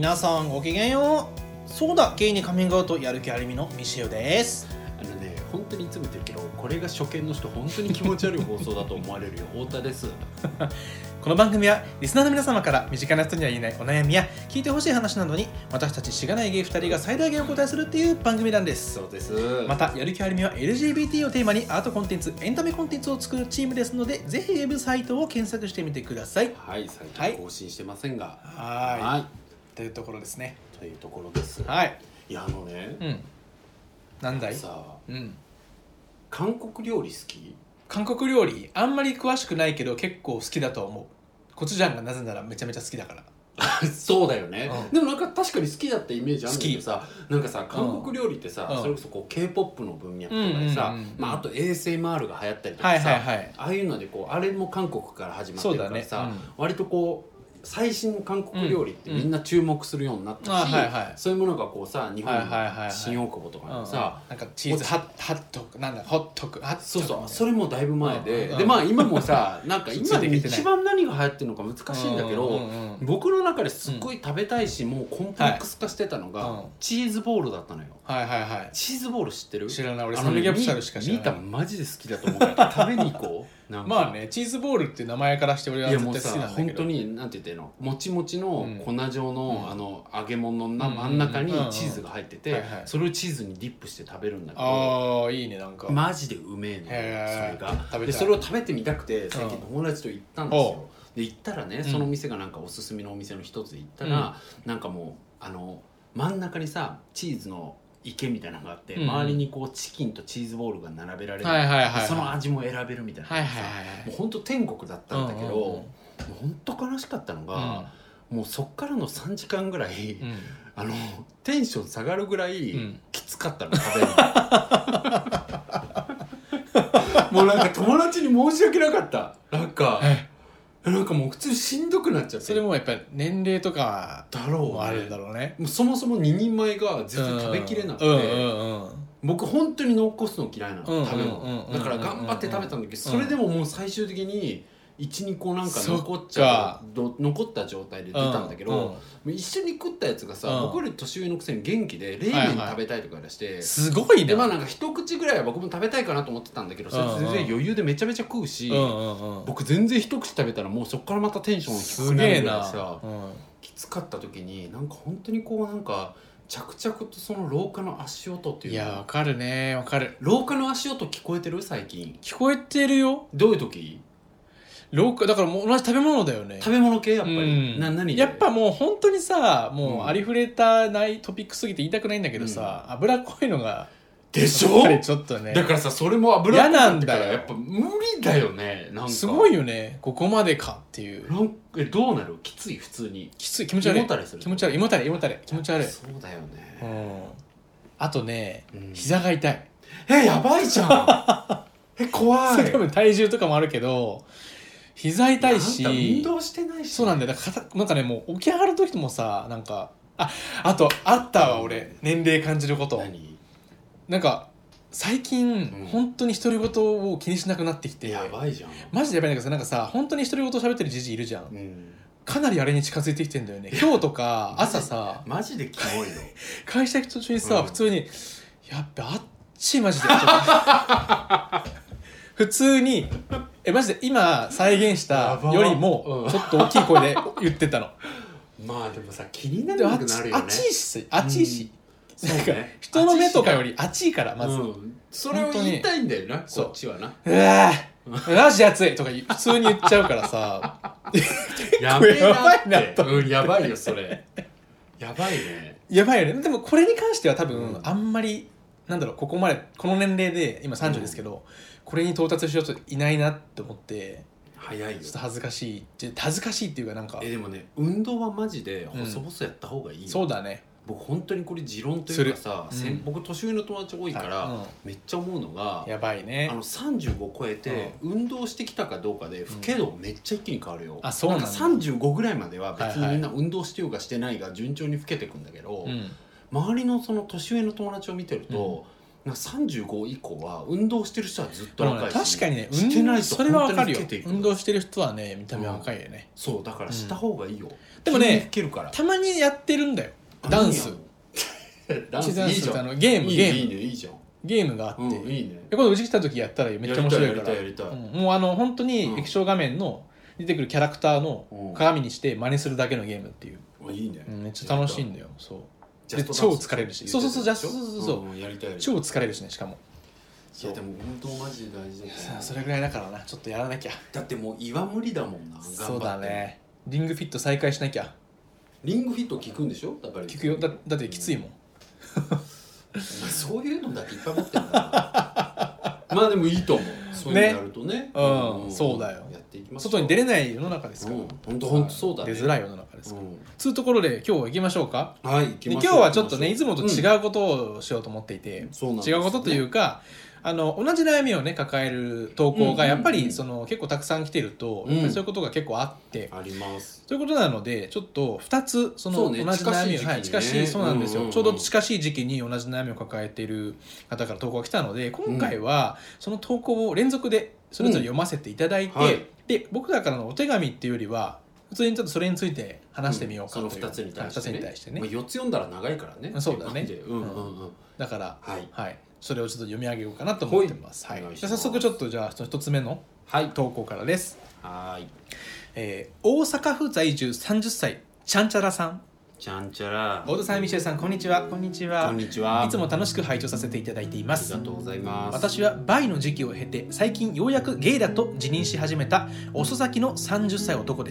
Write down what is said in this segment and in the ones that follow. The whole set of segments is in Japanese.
皆さんごきげんよう。そうだ、ゲイにカミングアウトやる気ありみのミシェウです。 本当にいつも言ってるけど、これが初見の人本当に気持ち悪い放送だと思われるよ。太田ですこの番組はリスナーの皆様から身近な人には言えないお悩みや聞いてほしい話などに私たちしがないゲイ2人が最大限お答えするっていう番組なんです。 そうです。 またやる気ありみは LGBT をテーマにアートコンテンツエンタメコンテンツを作るチームですので、ぜひウェブサイトを検索してみてください。 はい、最近更新してませんが、 というところですね。 というところです。 はい。 いやなんだいさあ、韓国料理好き？ 韓国料理あんまり詳しくないけど結構好きだと思う。コチュジャンがなぜならめちゃめちゃ好きだからそうだよね、でもなんか確かに好きだってイメージあるんだけどさ、なんかさ韓国料理ってさ、それこそこう K-POP の文脈とかでさ、あと ASMR が流行ったりとかさ、ああいうのでこうあれも韓国から始まってるからさ、割とこう最新の韓国料理ってみんな注目するようになったし、そういうものがこうさ、日本の新大久保とかにさ、 なんかチーズハットクなんだホットクハットク、 そうそう、それもだいぶ前で、でまあ今もさ、なんか今一番何が流行ってるのか難しいんだけど、僕の中ですっごい食べたいし、もうコンプレックス化してたのがチーズボールだったのよ。チーズボール知ってる？ 知らない。俺サムギョプサルしか知らない。 見たマジで好きだと思うから食べに行こう。 まあね、チーズボールっていう名前からして俺は絶対好きなんだけど、 本当になんて言ってんの、もちもちの粉状の、揚げ物の真ん中にチーズが入ってて、それをチーズにディップして食べるんだけど、 いいね、なんかマジでうめえのよそれが。でそれを食べてみたくて最近友達と行ったんですよ。で行ったらね、その店がなんかおすすめのお店の一つで行ったら、なんかもう真ん中にさチーズの池みたいなのがあって、周りにこうチキンとチーズボールが並べられる、その味も選べるみたいなさ、もうほんと天国だったんだけど、もうほんと悲しかったのが、もうそっからの3時間ぐらい、テンション下がるぐらいきつかったの、食べるのもうなんか友達に申し訳なかった。なんかもう普通しんどくなっちゃって。 それもやっぱり年齢とかもあるんだろうね。 もうそもそも2人前が全然食べきれなくて、僕本当に残すの嫌いなの、食べるの。だから頑張って食べたんだけど、それでももう最終的に 1,2 個なんか残った状態で出たんだけど、一緒に食ったやつがさ、僕より年上のくせに元気で冷麺食べたいとか出して、 すごいね。 でまあなんか一口ぐらいは僕も食べたいかなと思ってたんだけど、それ全然余裕でめちゃめちゃ食うし、僕全然一口食べたらもうそっからまたテンション低くなるぐらいさ、きつかった時になんか本当にこうなんか着々とその廊下の足音っていう。 いや、わかるね、わかる。 廊下の足音聞こえてる？最近聞こえてるよ。 どういう時？ 廊下だからもう同じ食べ物だよね。 食べ物系やっぱり、何やっぱもう本当にさ、もうありふれたないトピックすぎて言いたくないんだけどさ、脂っこいのがでしょ？ ちょっとね。 だからさ、それも脂っこかったからやっぱ無理だよね。なんかすごいよね、ここまでかっていう。 どうなる？きつい？普通にきつい、気持ち悪い。 胃もたれする？ 気持ち悪い、胃もたれ気持ち悪い。 そうだよね。 あとね、膝が痛い。 やばいじゃん怖い。 それ多分体重とかもあるけど膝痛いし、 運動してないし、 そうなんだよ。だからなんかね、もう起き上がる時もさ、なんかあとあったわ、俺年齢感じること。なんか最近、本当に独り言を気にしなくなってきて、 やばいじゃん。 マジでやばいんだけどさ、なんかさ、本当に独り言喋ってるじじいいるじゃん、かなりあれに近づいてきてんだよね。今日とか朝さマジでキモいの会社行く途中にさ、普通にやっべあっちマジで普通にマジで今再現したよりもちょっと大きい声で言ってたの。 まあでもさ、気になるくなるよね。 暑いし、なんか人の目とかより暑いから、まずそれを言いたいんだよな、こっちはな。 マジ暑いとか普通に言っちゃうからさやばいなって。やばいよそれ。やばいね。 やばいよね。でもこれに関しては多分あんまりなんだろう、ここまでこの年齢で今30ですけど、これに到達しようといないなって思って、 早いよ。 ちょっと恥ずかしいっていうか、なんかでもね、運動はマジで細々やった方がいいよ。 そうだね。 僕本当にこれ持論というかさ、僕年上の友達多いから、めっちゃ思うのが、 やばいね、 35超えて運動してきたかどうかで老け度めっちゃ一気に変わるよ。 そうなんだ。 35ぐらいまでは別にみんな運動してようがしてないが順調に老けてくんだけど、周りのその年上の友達を見てると、 35以降は運動してる人はずっと若いし、 確かにね、 してないとそれはわかるよ。 本当に老けていく運動してる人はね見た目若いよね、 そうだからした方がいいよ、 でもね筋肉つけるからたまにやってるんだよダンス。 ダンスいいじゃん、 ゲームいいねいいじゃん、 ゲームがあって、 いいね、 今度うち来た時やったらめっちゃ面白いから、 やりたい、 もう本当に液晶画面の出てくるキャラクターの鏡にして真似するだけのゲームっていう、 いいね、 めっちゃ楽しいんだよ。そうで超疲れるし、そうジャストそうやりたい、 超疲れるしね。しかもいやでも運動マジで大事だからそれぐらいだからな、ちょっとやらなきゃ。 だってもう胃は無理だもんな。 そうだね、リングフィット再開しなきゃ。 リングフィット効くんでしょ。だから効くよ。だってきついもんそういうのだけいっぱい持ってんだなまあでもいいと思う、そういうのやるとね、 そうだよ、 やっていきましょう。 外に出れない世の中ですから、 本当そうだね、 出づらい世の中ですから、そういうところで今日は行きましょうか。 はい、行きましょう。 今日はちょっとねいつもと違うことをしようと思っていて、違うことというか同じ悩みをね抱える投稿がやっぱり結構たくさん来てると、やっぱりそういうことが結構あってあります。 ということなのでちょっと2つ同じ悩みを近しいそうなんですよ、ちょうど近しい時期に同じ悩みを抱えている方から投稿が来たので、今回はその投稿を連続でそれぞれ読ませていただいて、で僕らからのお手紙っていうよりは普通にちょっとそれについて話してみようかという、 その2つに対してね、4つ読んだら長いからね。 そうだね、だからはいそれをちょっと読み上げようかなと思ってます。早速ちょっとじゃあ1つ目の投稿からです。大阪府在住30歳ちゃんちゃらさん。 ちゃんちゃら。 大田さん、ミシェルさん、こんにちは。 こんにちは。 いつも楽しく拝聴させていただいています。 ありがとうございます。 私はバイの時期を経て最近ようやくゲイだと自認し始めた遅咲きの30歳男です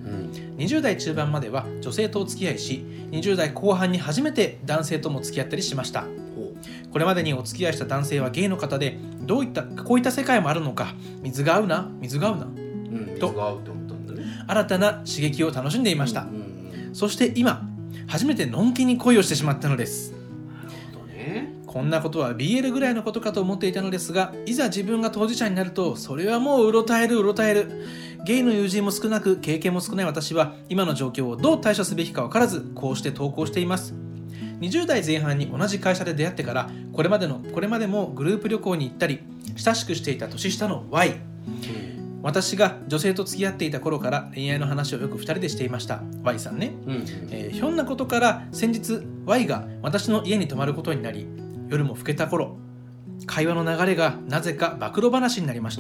。20代中盤までは女性とお付き合いし、20代後半に初めて男性とも付き合ったりしました。これまでにお付き合いした男性はゲイの方で、こういった世界もあるのか、水が合うなと新たな刺激を楽しんでいました。そして今初めてのんきに恋をしてしまったのです。こんなことは BL ぐらいのことかと思っていたのですが、いざ自分が当事者になるとそれはもううろたえる。ゲイの友人も少なく経験も少ない私は今の状況をどう対処すべきか分からず、こうして投稿しています。20代前半に同じ会社で出会ってからこれまでもグループ旅行に行ったり親しくしていた年下の Y、私が女性と付き合っていた頃から恋愛の話をよく2人でしていました。 Y さんね、ひょんなことから先日 Y が私の家に泊まることになり、夜も更けた頃会話の流れがなぜか暴露話になりました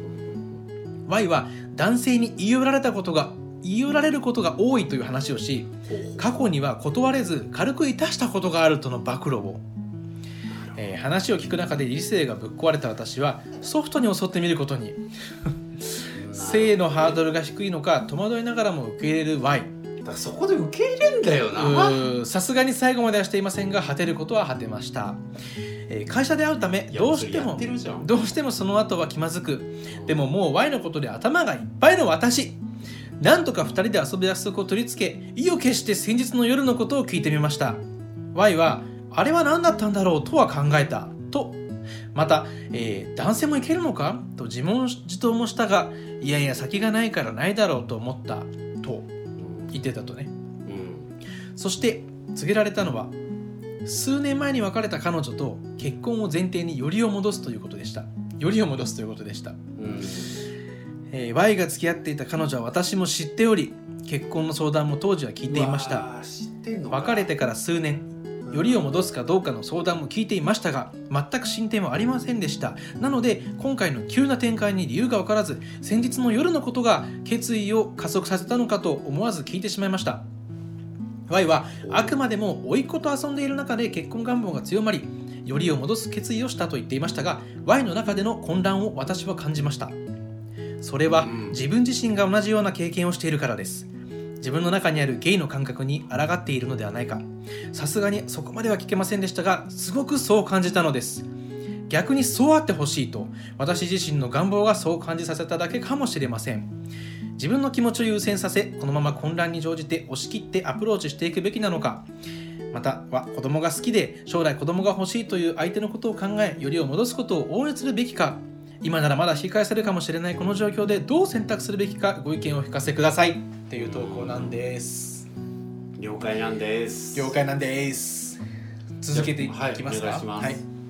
。Y は男性に言い寄られることが多いという話をし、過去には断れず軽くいたしたことがあるとの暴露を、話を聞く中で理性がぶっ壊れた私はソフトに襲ってみることに性のハードルが低いのか戸惑いながらも受け入れる Y。 だからそこで受け入れんだよな。 さすがに最後まではしていませんが果てることは果てました。会社で会うためどうしてもその後は気まずく、でももう Y のことで頭がいっぱいの私、なんとか2人で遊ぶ約束を取り付け、意を決して先日の夜のことを聞いてみました。 Y はあれは何だったんだろうとは考えたと、また、男性もいけるのかと自問自答もしたが、いやいや先がないからないだろうと思ったと言ってたとね、そして告げられたのは数年前に別れた彼女と結婚を前提によりを戻すということでした。Y が付き合っていた彼女は私も知っており、結婚の相談も当時は聞いていました。別れてから数年、よりを戻すかどうかの相談も聞いていましたが、全く進展はありませんでした。なので今回の急な展開に理由が分からず、先日の夜のことが決意を加速させたのかと思わず聞いてしまいました。 Y はあくまでも甥っ子と遊んでいる中で結婚願望が強まり、よりを戻す決意をしたと言っていましたが、 Y の中での混乱を私は感じました。それは自分自身が同じような経験をしているからです。自分の中にあるゲイの感覚に抗っているのではないか。さすがにそこまでは聞けませんでしたが、すごくそう感じたのです。逆にそうあってほしいと、私自身の願望がそう感じさせただけかもしれません。自分の気持ちを優先させ、このまま混乱に乗じて押し切ってアプローチしていくべきなのか、または子供が好きで将来子供が欲しいという相手のことを考え、よりを戻すことを応援するべきか、今ならまだ引き返せるかもしれないこの状況でどう選択するべきか、ご意見をお聞かせくださいっていう投稿なんです。 了解なんです。 続けていきますか。 はい、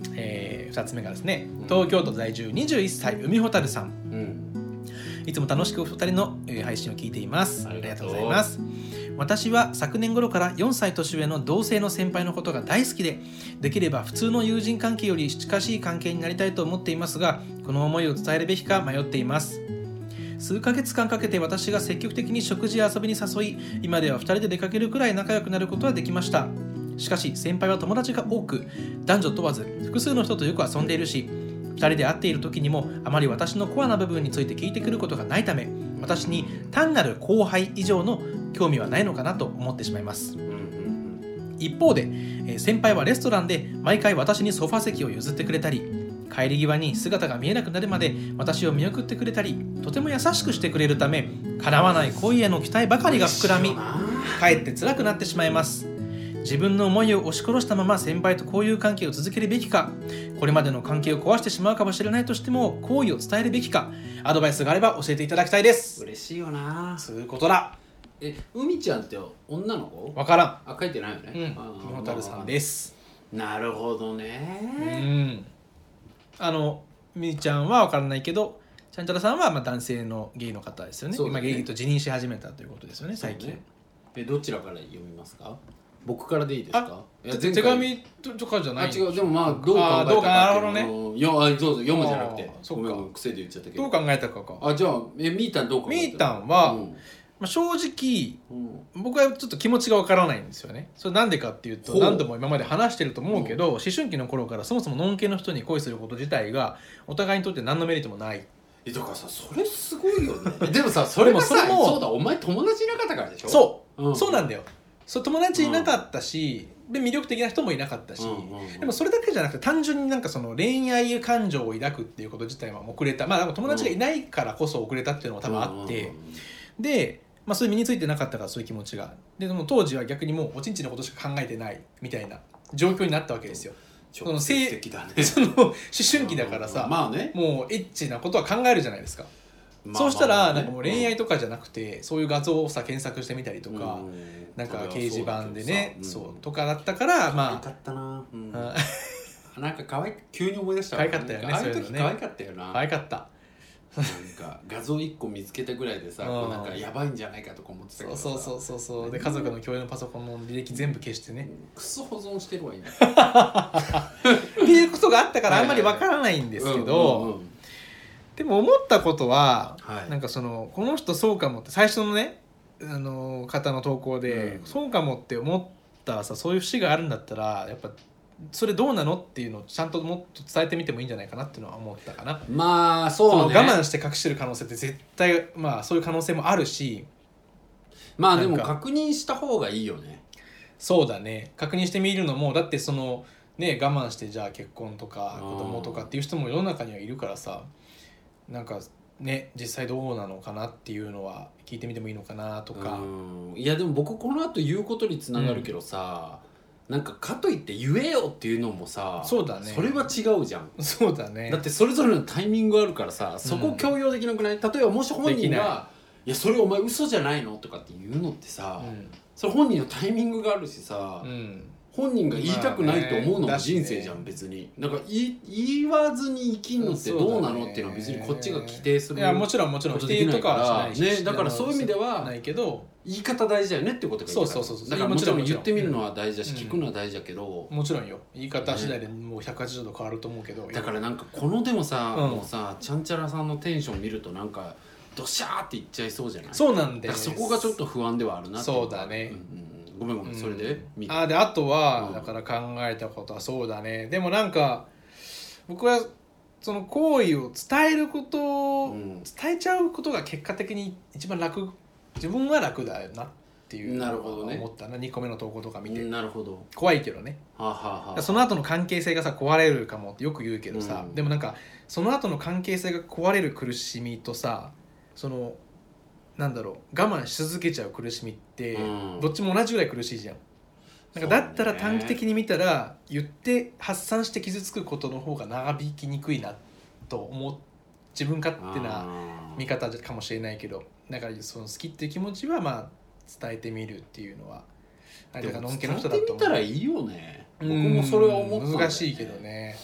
2つ目がですね、東京都在住21歳海ほたるさん、いつも楽しくお二人の配信を聞いています。ありがとうございます。私は昨年頃から4歳年上の同性の先輩のことが大好きで、できれば普通の友人関係より近しい関係になりたいと思っていますが、この思いを伝えるべきか迷っています。数ヶ月間かけて私が積極的に食事や遊びに誘い、今では2人で出かけるくらい仲良くなることはできました。しかし先輩は友達が多く、男女問わず複数の人とよく遊んでいるし、2人で会っている時にもあまり私のコアな部分について聞いてくることがないため、私に単なる後輩以上の興味はないのかなと思ってしまいます。一方で先輩はレストランで毎回私にソファ席を譲ってくれたり、帰り際に姿が見えなくなるまで私を見送ってくれたり、とても優しくしてくれるため、叶わない恋への期待ばかりが膨らみ、かえって辛くなってしまいます。自分の思いを押し殺したまま先輩と交友関係を続けるべきか、これまでの関係を壊してしまうかもしれないとしても好意を伝えるべきか、アドバイスがあれば教えていただきたいです。 嬉しいよな。 そういうことだ。 海ちゃんって女の子？ わからん。 あ、書いてないよね。 海ほたるさんです。 なるほどね。 みーちゃんは分からないけど、ちゃんちゃらさんは男性のゲイの方ですよね。今ゲイと自認し始めたということですよね、最近。 どちらから読みますか？僕からでいいですか？ 手紙とかじゃない？ 違う、でもまあどう考えたか。なるほどね。どうぞ読むじゃなくて。ごめん、癖で言っちゃったけど。 どう考えたかか。 じゃあみーたんどう考えた？ みーたんは、正直、僕はちょっと気持ちがわからないんですよね。それなんでかっていうと、何度も今まで話してると思うけど、思春期の頃からそもそもノン系の人に恋すること自体がお互いにとって何のメリットもない。 だからさ、それすごいよね。でもさ、それもそうだ、お前友達いなかったからでしょ。 そうなんだよ。友達いなかったし、で魅力的な人もいなかったし、でもそれだけじゃなくて、単純にその恋愛感情を抱くっていうこと自体は遅れた。友達がいないからこそ遅れたっていうのも多分あって、でそれ身についてなかったから、そういう気持ちが。でも当時は逆にもうおちんちんのことしか考えてないみたいな状況になったわけですよ。 直接的だね。 その思春期だからさ、もうエッチなことは考えるじゃないですか。そうしたらもう恋愛とかじゃなくて、そういう画像を検索してみたりとか、掲示板でね、そうとかだったから、 可愛かったな。なんか可愛い、急に思い出した。 可愛かったよね。 ああいう時可愛かったよな。 可愛かった。 なんか画像1個見つけたぐらいでさ、なんかやばいんじゃないかとか思ってたけど、 そうで、家族の共有のパソコンの履歴全部消してね、 クソ保存してるわ今っていうことがあったからあんまりわからないんですけど、でも思ったことは、なんかこの人そうかもって、最初のね方の投稿で、そうかもって思ったらさ、そういう節があるんだったら、やっぱそれどうなのっていうのをちゃんともっと伝えてみてもいいんじゃないかなっていうのは思ったかな。 そうね。 我慢して隠してる可能性って絶対そういう可能性もあるし、 でも確認した方がいいよね。 そうだね、確認してみるのも、だって我慢してじゃあ結婚とか子供とかっていう人も世の中にはいるからさ、なんかね、実際どうなのかなっていうのは聞いてみてもいいのかなとか。 いやでも僕この後言うことにつながるけどさ、なんかかといって言えよっていうのもさ、 そうだね、 それは違うじゃん。 そうだね。 だってそれぞれのタイミングあるからさ、そこ強要できなくない？例えばもし本人がいやそれお前嘘じゃないのとかって言うのってさ、それ本人のタイミングがあるしさ、本人が言いたくないと思うのも人生じゃん、別に。なんか言わずに生きんのってどうなのっていうのは別にこっちが規定する。 いやもちろん否定とかはしないしね。だからそういう意味ではないけど、 言い方大事だよねってことが言いたい。 そうだからもちろん言ってみるのは大事だし、聞くのは大事だけど、 もちろんよ、言い方次第でもう180度変わると思うけど、 だからなんかこのでもさ、もうさちゃんちゃらさんのテンション見るとなんかドシャーっていっちゃいそうじゃない？ そうなんだよね。 そこがちょっと不安ではあるなって。 そうだね。 ごめんそれであとは、だから考えたことはそうだね。でもなんか僕はその行為を伝えることを、伝えちゃうことが結果的に一番楽、自分は楽だよなっていうのを思ったな。2個目の投稿とか見て。 なるほど。 怖いけどね。その後の関係性がさ壊れるかもってよく言うけどさ、でもなんかその後の関係性が壊れる苦しみとさ、なんだろう、我慢し続けちゃう苦しみって、どっちも同じぐらい苦しいじゃん。なんかだったら短期的に見たら、言って発散して傷つくことの方が長引きにくいなと思う、自分勝手な見方かもしれないけど、だからその好きっていう気持ちは伝えてみるっていうのは、 だからのんけの人だと伝えてみたらいいよね。僕もそれは思ったんだよね。 難しいけどね。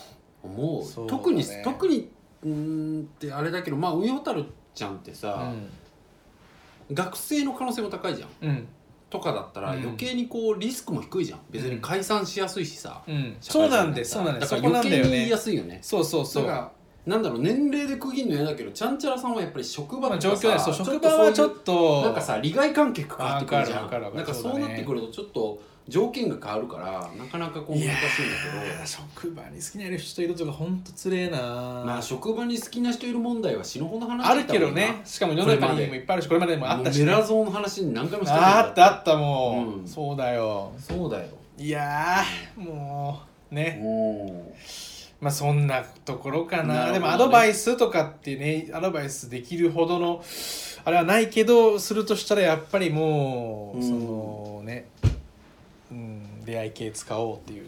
思う。 そうだね、 特にってあれだけど、まあ海ほたるちゃんってさ、学生の可能性も高いじゃん、とかだったら余計にこうリスクも低いじゃん。別に解散しやすいしさ、 そうなんです。だから余計に言いやすいよね。 そうそうそう。 なんだろう、年齢で区切るの嫌だけど、ちゃんちゃらさんはやっぱり職場とかさ、 状況です。職場はちょっとなんかさ、利害関係かかってくるじゃん。 なんかそうなってくるとちょっと条件が変わるからなかなかこう難しいんだけど、 職場に好きな人いるとかほんとつれえな。 まあ職場に好きな人いる問題は死ぬほど話あるけどね。しかも世の中にもいっぱいあるし、これまでもあったし、 メラゾーの話に何回もしてる。 あったもう、そうだよ。いやもうね、まあそんなところかな。でもアドバイスとかってね、アドバイスできるほどのあれはないけど、するとしたらやっぱりもうそのね、出会い系使おうっていう。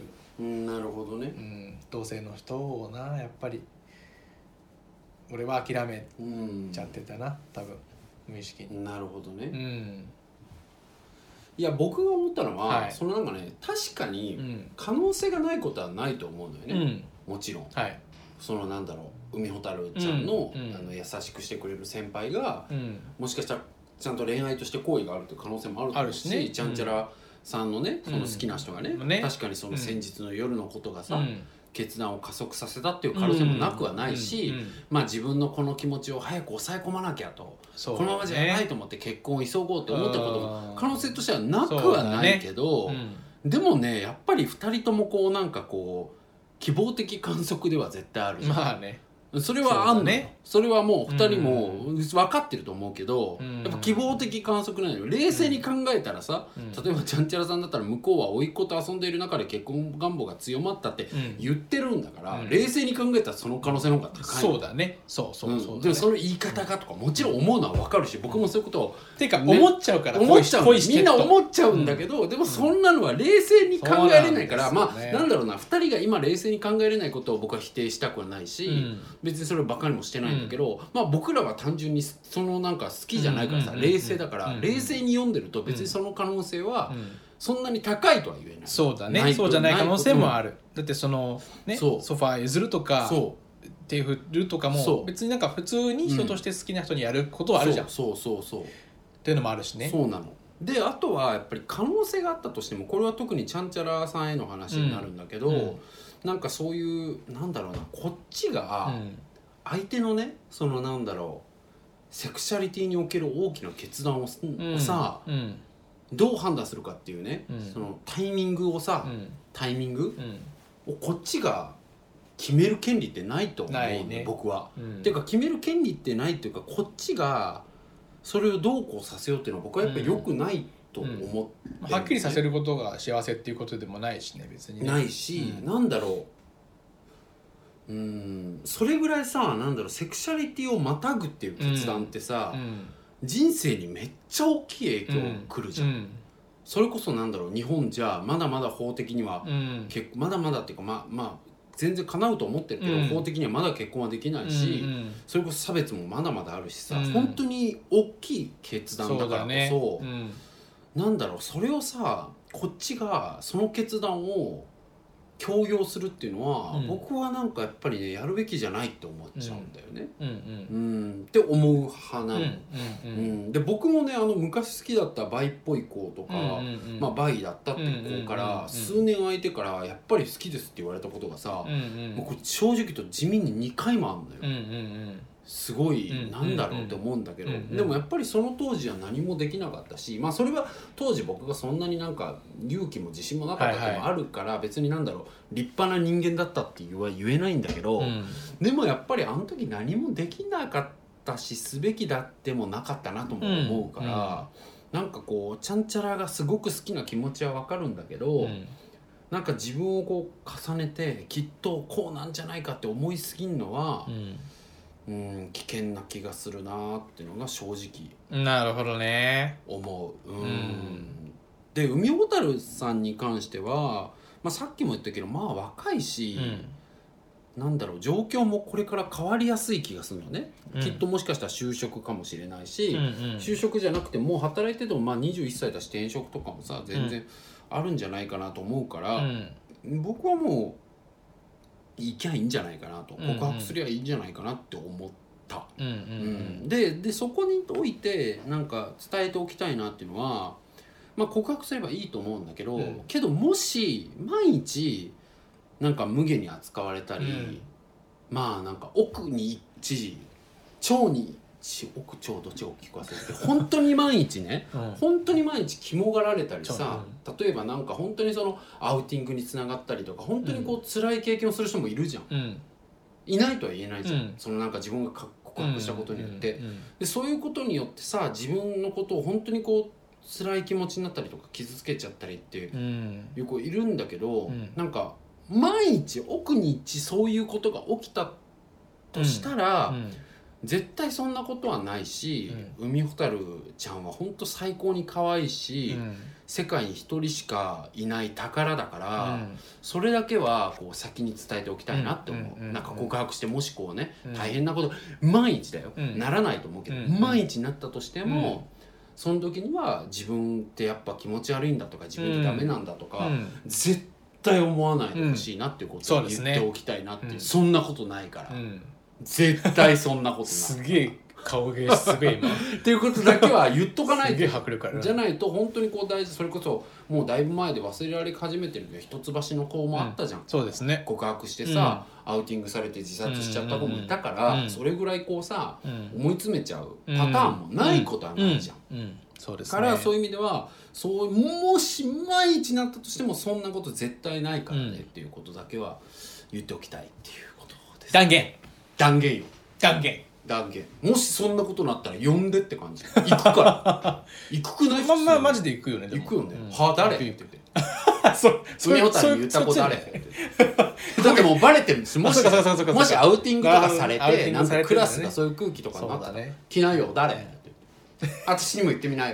なるほどね。 同性の人をな、やっぱり俺は諦めちゃってたな、多分無意識に。 なるほどね。いや僕が思ったのは、そのなんかね、確かに可能性がないことはないと思うんだよね、もちろん。そのなんだろう、海ほたるちゃんの優しくしてくれる先輩がもしかしたらちゃんと恋愛として好意があるという可能性もあると思うし、ちゃんちゃらさんのね、その好きな人がね、確かにその先日の夜のことがさ、決断を加速させたっていう可能性もなくはないし、まあ自分のこの気持ちを早く抑え込まなきゃと、このままじゃやばいと思って結婚を急ごうって思ったことも可能性としてはなくはないけど、でもね、やっぱり2人ともこうなんかこう希望的観測では絶対あるじゃん。 まあね、 それはあんのよ。それはもう2人も分かってると思うけど、やっぱ希望的観測なのよ。冷静に考えたらさ、例えばちゃんちゃらさんだったら向こうは甥っ子と遊んでいる中で結婚願望が強まったって言ってるんだから、冷静に考えたらその可能性の方が高い。 そうだね。そうでもその言い方がとかもちろん思うのは分かるし、僕もそういうことをていうか思っちゃうから、 思っちゃう、みんな思っちゃうんだけど、でもそんなのは冷静に考えれないから、まあなんだろうな、2人が今冷静に考えれないことを僕は否定したくはないし、別にそれをバカにもしてないんだけど、まあ僕らは単純にそのなんか好きじゃないからさ、冷静だから冷静に読んでると別にその可能性はそんなに高いとは言えない。 そうだね。そうじゃない可能性もある。だってそのね、ソファー譲るとか手振るとかも別になんか普通に人として好きな人にやることはあるじゃん。 そうっていうのもあるしね。 そうなの。であとはやっぱり可能性があったとしても、これは特にちゃんちゃらさんへの話になるんだけど、なんかそういうなんだろうな、こっちが相手のね、そのなんだろう、セクシャリティにおける大きな決断をさ、どう判断するかっていうね、そのタイミングをさ、をこっちが決める権利ってないと思うね、僕は。っていうか決める権利ってないっていうか、こっちがそれをどうこうさせようっていうのは僕はやっぱり良くないと思って、 はっきりさせることが幸せっていうことでもないしね、別にね。 ないし、なんだろう、それぐらいさ、なんだろう、セクシャリティをまたぐっていう決断ってさ、人生にめっちゃ大きい影響くるじゃん。それこそなんだろう、日本じゃまだまだ法的には、まだまだっていうか、まあ全然叶うと思ってるけど、法的にはまだ結婚はできないし、それこそ差別もまだまだあるしさ、本当に大きい決断だからこそ、なんだろう、それをさ、こっちがその決断を強要するっていうのは、僕はなんかやっぱりね、やるべきじゃないって思っちゃうんだよね。って思う派なの。で僕もね、昔好きだったバイっぽい子とか、まあバイだったっていう子から数年空いてからやっぱり好きですって言われたことがさ、もうこれ正直言うと地味に2回もあるんだよ。すごいなんだろうって思うんだけど、でもやっぱりその当時は何もできなかったし、まあそれは当時僕がそんなになんか勇気も自信もなかったっていうのもあるから、別になんだろう、立派な人間だったって言えないんだけど、でもやっぱりあの時何もできなかったし、すべきだってもなかったなとも思うから、なんかこうちゃんちゃらがすごく好きな気持ちはわかるんだけど、なんか自分をこう重ねてきっとこうなんじゃないかって思いすぎるのは、危険な気がするなっていうのが正直。 なるほどね。 思う。で海ほたるさんに関しては、まあ、さっきも言ったけど、まあ若いし、なんだろう、状況もこれから変わりやすい気がするのね。きっともしかしたら就職かもしれないし、就職じゃなくてもう働いててもまあ21歳だし転職とかもさ全然あるんじゃないかなと思うから、僕はもう行きゃいいんじゃないかなと、告白すりゃいいんじゃないかなって思った、でそこにおいてなんか伝えておきたいなっていうのは、まあ、告白すればいいと思うんだけど、けどもし毎日なんか無下に扱われたり、まあなんか奥に一超に奥超どっちが大きく忘れて本当に毎日ね、本当に毎日肝がられたりさ、例えばなんか本当にそのアウティングにつながったりとか本当にこう辛い経験をする人もいるじゃん、いないとは言えないじゃん、そのなんか自分が告白したことによって、でそういうことによってさ自分のことを本当にこう辛い気持ちになったりとか傷つけちゃったりっていう子いるんだけど、なんか毎日奥に一そういうことが起きたとしたら、絶対そんなことはないし、海ほたるちゃんは本当最高に可愛いし、世界に一人しかいない宝だから、それだけはこう先に伝えておきたいなって思う、なんか告白してもしこうね、大変なこと毎日だよ、ならないと思うけど、毎日なったとしても、その時には自分ってやっぱ気持ち悪いんだとか自分ってダメなんだとか、絶対思わないでほしいなっていうことを言っておきたいなっていう、そんなことないから、絶対そんなことないすげえ顔芸すげえ今っていうことだけは言っとかないとすげえ迫力あるじゃないと本当にこう大事、それこそもうだいぶ前で忘れられ始めてるけど一橋の子もあったじゃん、 そうですね、 告白してさ、アウティングされて自殺しちゃった子もいたから、それぐらいこうさ、思い詰めちゃうパターンもないことはないじゃん、 そうですね、 からそういう意味ではそうもし毎日なったとしてもそんなこと絶対ないからねっていうことだけは言っておきたいっていうことです。断言よ。断言。もしそんなことになったら呼んでって感じ。行くから行くくない？ まあマジで行くよね。 行くよね。は誰って言ってて海ほたるに言った子誰ってだってもうバレてるんです。もしアウティングとかされてなんかクラスがそういう空気とかになったら来ないよ誰って私にも言ってみなよ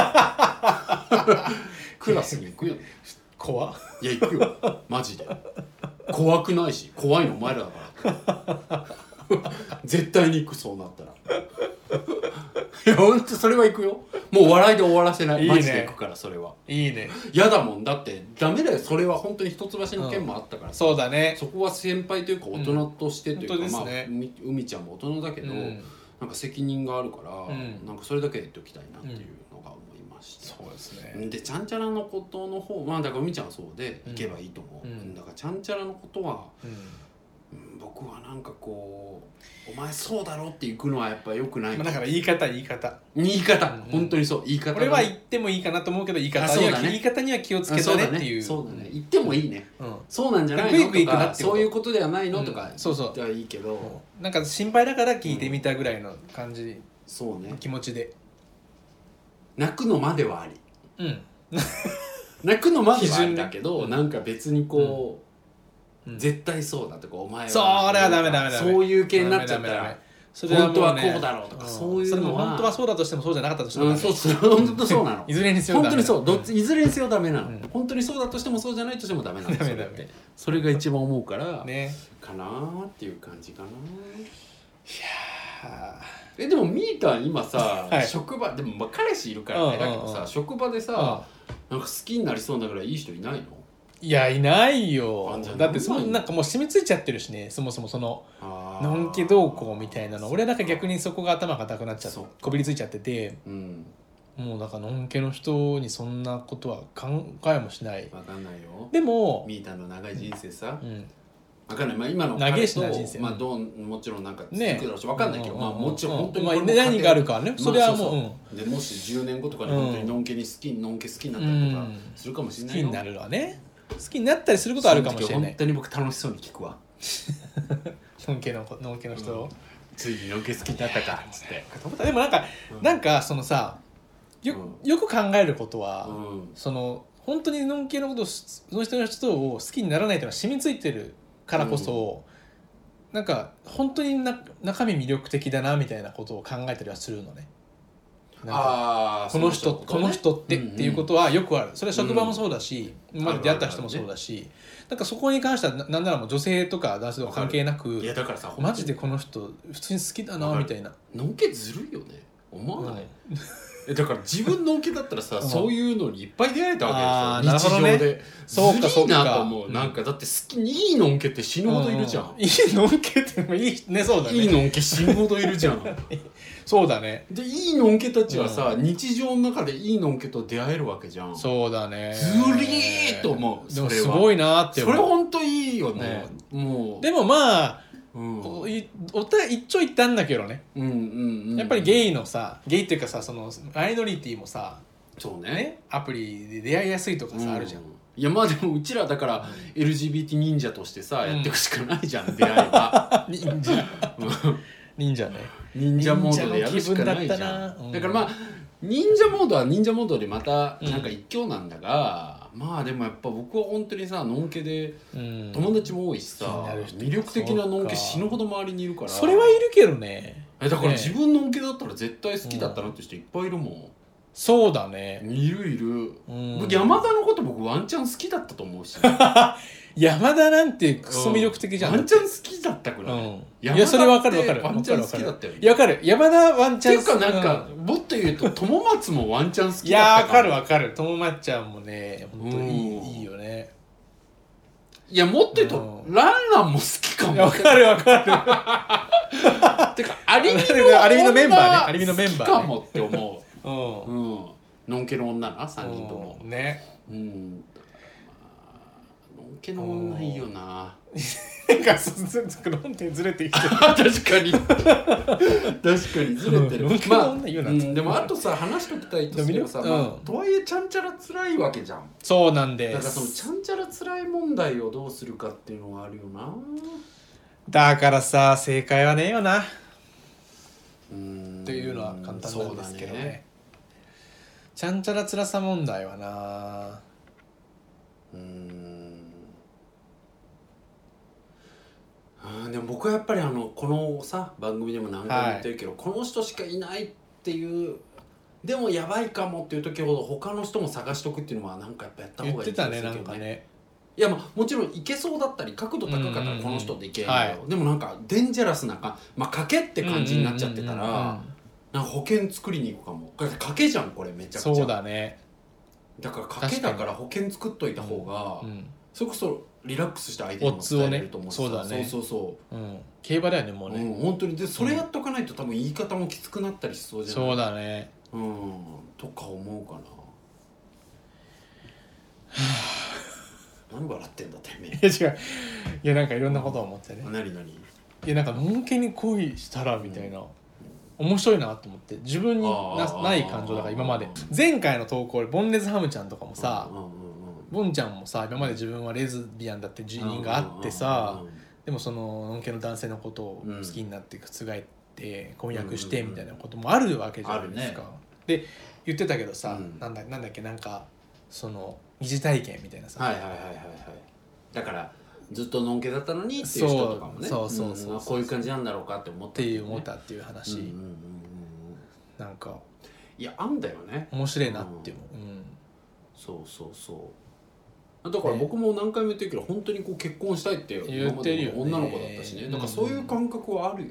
クラスに行くよね。 怖っ。 いや行くよマジで。怖くないし怖いのお前らだから絶対に行く、そうなったらいやほんとそれは行くよ。もう笑いで終わらせない。マジで行くからそれはいいね。 嫌だもん。だってダメだよそれは。本当に一橋の件もあったからさ、 そうだね。 そこは先輩というか大人としてというか、まあ海ちゃんも大人だけど、なんか責任があるから、なんかそれだけ言っておきたいなっていうのが思いました、 そうですね。 でちゃんちゃらのことの方、まあだから海ちゃんはそうで行けばいいと思う、だからちゃんちゃらのことは、僕はなんかこうお前そうだろって行くのはやっぱ良くない。 だから言い方、 本当にそう言い方。 俺は言ってもいいかなと思うけど言い方には気をつけたねっていう。 そうだね。言ってもいいね。そうなんじゃないのとかそういうことではないのとか言ってはいいけど、 なんか心配だから聞いてみたぐらいの感じ。 そうね。 気持ちで泣くのまではあり。泣くのまではありだけど、なんか別にこう。絶対そうだとかお前はそれはダメそういう系になっちゃったら本当はこうだろうとかそういうのは本当はそうだとしてもそうじゃなかったとしてもそう本当そうなのいずれにせよ本当にそういずれにせよダメなの本当にそうだとしてもそうじゃないとしてもダメなのそれが一番思うからかなーっていう感じかな。いやでもみーたん今さ職場でも彼氏いるからねだけどさ職場でさなんか好きになりそうなぐらいいい人いないの？ いやいないよ。だってそのなんかもう染みついちゃってるしね、そもそもそののんけどうこうみたいなの。俺なんか逆にそこが頭が固くなっちゃってこびりついちゃってて、もうなんかのんけの人にそんなことは考えもしない。 わかんないよ。 でもみーたんの長い人生さ、わかんない。まあ今の長いしな人生、 まあもちろんなんか続くだろうしわかんないけど、まあもちろん本当に何があるかはね、それはもうでもし10年後とかに本当にのんけ好きになったりとかするかもしれないよ。 好きになるのはね。好きになったりすることあるかもしれない。 本当に僕楽しそうに聞くわのんけの人、 ついにのんけ好きになったかっつってでもなんかそのさよく考えることは、その本当にのんけのことその人を好きにならないというのは染みついてるからこそ、なんか本当に中身魅力的だなみたいなことを考えたりはするのね。この人ってっていうことはよくある。それは職場もそうだし、今まで出会った人もそうだし、なんかそこに関してはなんならもう女性とか男性とか関係なく、 いやだからさマジでこの人普通に好きだなみたいな。 のんけずるいよね。思わない？ だから自分のんけだったらさ、そういうのにいっぱい出会えたわけでしょ、日常で、ね、 そうかそうか、なと思う、なんかだって好きにいいのんけって死ぬほどいるじゃん、 いいのんけってもいいね、そうだね、 いいのんけ死ぬほどいるじゃんそうだね。 でいいのんけたちはさ、日常の中でいいのんけと出会えるわけじゃん。 そうだね、 ずりーっと思う。 でもすごいなって思う。 それほんといいよね、もう。 でもまあ、一長一短だけどね、やっぱりゲイのさ、ゲイっていうかさ、そのマイノリティもさ、 そうね、 アプリで出会いやすいとかさ、あるじゃん。 いやまあでもうちらだから LGBT 忍者としてさ、やっていくしかないじゃん、出会いは忍者ね、 忍者モードでやるしかないじゃん。だからまあ忍者モードは忍者モードでまたなんか一興なんだが、まあでもやっぱ僕は本当にさ、のんけで友達も多いしさ、魅力的なのんけ死ぬほど周りにいるから。 それはいるけどね。 だから自分のんけだったら絶対好きだったなって人いっぱいいるもん。 そうだね、 いるいる。山田のこと僕ワンチャン好きだったと思うし山田なんてクソ魅力的じゃん。 ワンチャン好きだったくらい。 いやそれ分かる分かる。 ワンチャン好きだったよね。 いや分かる。山田ワンチャン。 っていうかなんかもっと言うと友松もワンチャン好きだった。 いや分かる分かる。友松ちゃんもね本当にいいよね。 いやもっと言うとランランも好きかも。 分かる分かる。 てかアリミのメンバーね。アリミのメンバーかもって思う。のんけの女な3人ともね。 のんけの女いいよな。 なんか論点ずれてきてる。 確かに確かにずれてる。まあでもあとさ話しときたいとすればさ、とはいえちゃんちゃら辛いわけじゃん。 そうなんです。 だからそのちゃんちゃら辛い問題をどうするかっていうのがあるよな。 だからさ正解はねえよなっていうのは簡単なんですけどね。ちゃんちゃら辛さ問題はな、 でも僕はやっぱりこのさ番組でも何回も言ってるけど、この人しかいないっていうでもやばいかもっていう時ほど他の人も探しとくっていうのはなんかやっぱやった方がいい気がするけどね。言ってたねなんかね。いやまあもちろんいけそうだったり角度高かったらこの人でいけるよ、でもなんかデンジャラスな賭けって感じになっちゃってたらなんか保険作りに行くかも。賭けじゃんこれめちゃくちゃ。そうだね。だから賭けだから保険作っといた方が、それこそリラックスした相手にも伝えれると思うしさ。そうだね。そう競馬だよねもうね。本当にでそれやっとかないと多分言い方もきつくなったりしそうじゃない。そうだね。とか思うかな。何笑ってんだてめえ。いや違う。いやなんかいろんなことを思ってね。何いやなんかのんけに恋したらみたいな。面白いなと思って、自分にない感情だから今まで。前回の投稿でボンレズハムちゃんとかもさ、ボンちゃんもさ今まで自分はレズビアンだって自認があってさ、でもそののんけの男性のことを好きになって覆って婚約してみたいなこともあるわけじゃないですか。で言ってたけどさ、なんだっけなんかその疑似体験みたいなさ。だからずっとのんけだったのにっていう人とかもね、そうこういう感じなんだろうかって思ったっていう話。なんかいやあんだよね、面白いなっていう。そうだから僕も何回も言ってるけど本当にこう結婚したいって言ってるよね。女の子だったしね。だからそういう感覚はあるよ。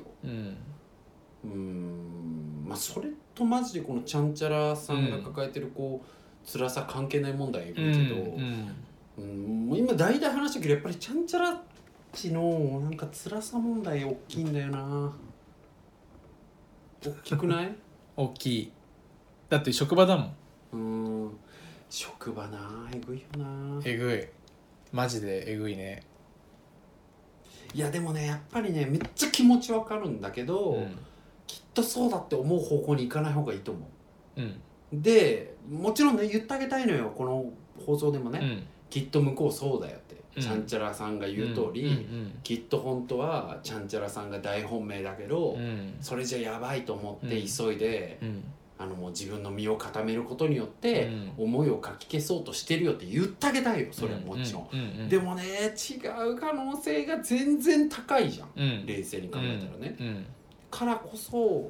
まあそれとマジでこのちゃんちゃらさんが抱えてるこう辛さ関係ない問題言うけど、今大体話したけどやっぱりちゃんちゃらっちのなんか辛さ問題大きいんだよな。大きくない？大きい。だって職場だもん。職場なえぐいよな。えぐい。マジでえぐいね。いやでもねやっぱりねめっちゃ気持ちわかるんだけど、きっとそうだって思う方向に行かない方がいいと思う。でもちろんね言ってあげたいのよこの放送でもね。きっと向こうそうだよって、ちゃんちゃらさんが言う通り、きっと本当はちゃんちゃらさんが大本命だけど、それじゃやばいと思って急いで、もう自分の身を固めることによって、思いをかき消そうとしてるよって言ってあげたいよそれはもちろん。でもね違う可能性が全然高いじゃん、冷静に考えたらね。からこそ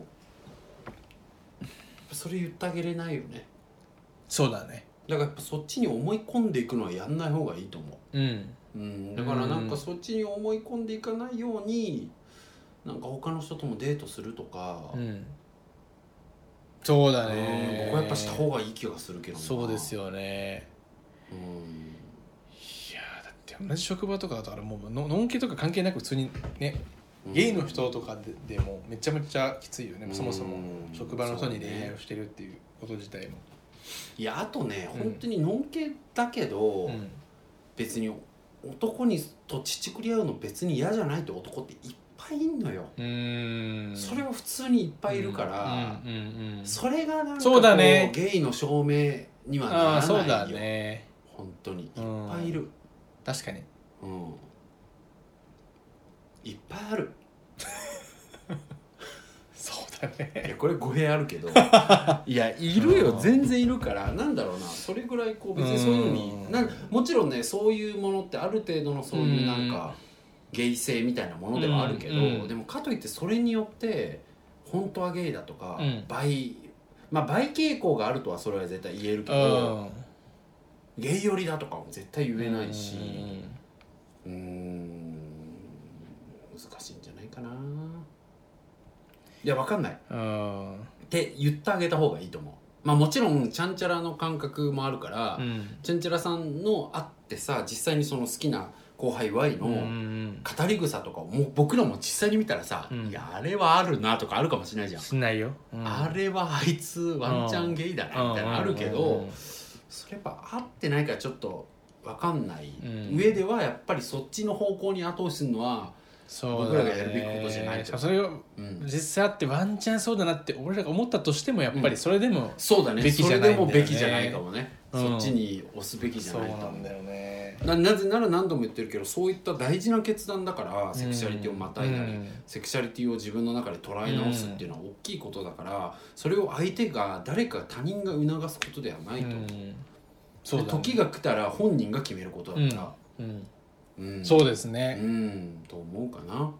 それ言ってあげれないよね。そうだね。だからやっぱそっちに思い込んでいくのはやんない方がいいと思う。だからなんかそっちに思い込んでいかないようになんか他の人ともデートするとか、 そうだね、 僕はやっぱした方がいい気がするけどな。 そうですよね。いやだって同じ職場とかだともうのんけとか関係なく普通にね、ゲイの人とか でもめちゃめちゃきついよね、そもそも職場の人に恋愛をしてるっていうこと自体も。 いやあとね、本当にのんけだけど、別に男にと乳くり合うの別に嫌じゃないって男っていっぱいいんのよ。それは普通にいっぱいいるから、それがなんかこうゲイの証明にはならないよ。 そうだね、 本当にいっぱいいる。 確かに、 いっぱいある。 そうだね。 いやこれ語弊あるけどいやいるよ、全然いるから。なんだろうな、それぐらいこう別にそういうのにもちろんね、そういうものってある程度のそういうなんかゲイ性みたいなものではあるけど、でもかといってそれによって本当はゲイだとか、バイ傾向があるとはそれは絶対言えるけど、ゲイ寄りだとかも絶対言えないし、難しいんじゃないかな。いや分かんないって言ってあげた方がいいと思う。もちろんちゃんちゃらの感覚もあるから、ちゃんちゃらさんのあってさ、実際にその好きな後輩 Y の語り草とかをもう僕らも実際に見たらさ、いやあれはあるなとかあるかもしれないじゃん。 しないよ、 あれはあいつワンチャンゲイだなみたいなのあるけど、それやっぱ合ってないからちょっと分かんない、上ではやっぱりそっちの方向に後押しするのは僕らがやるべきことじゃないと。 それを実際あってワンチャンそうだなって俺らが思ったとしても、やっぱりそれでもべきじゃないんだよね。それでもべきじゃないかもね、そっちに押すべきじゃないと。そうなんだよね。なぜなら何度も言ってるけど、そういった大事な決断だから、セクシャリティをまたいだり、セクシャリティを自分の中で捉え直すっていうのは大きいことだから、それを相手が誰か他人が促すことではないと。そうだね、時が来たら本人が決めることだから、 そうですね、 と思うかな。はい、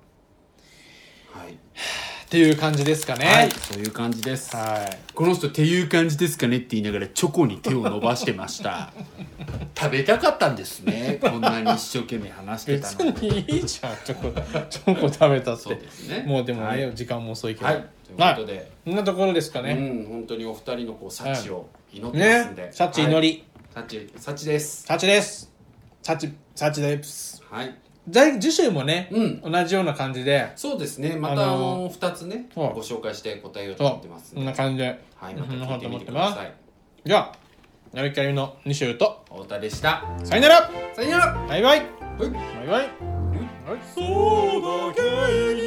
っていう感じですかね。 はい、そういう感じです。この人っていう感じですかねって言いながらチョコに手を伸ばしてました食べたかったんですね、こんなに一生懸命話してたのに。 別にいいじゃん、チョコ食べたって。 そうですね、 もうでもね、時間も遅いけど、 ということで、 こんなところですかね。 本当にお二人のこう幸を祈ってますんで、 幸祈り、 幸です。 幸です。幸です。 はい。 次週もね、同じような感じで、 そうですね、また2つねご紹介して答えようと思ってますんで、 こんな感じで、 はい、また聞いてみてください。 じゃあやる気ありの2週と太田でした。 さよなら。 さよなら。 バイバイ。 バイバイ。 そうだけ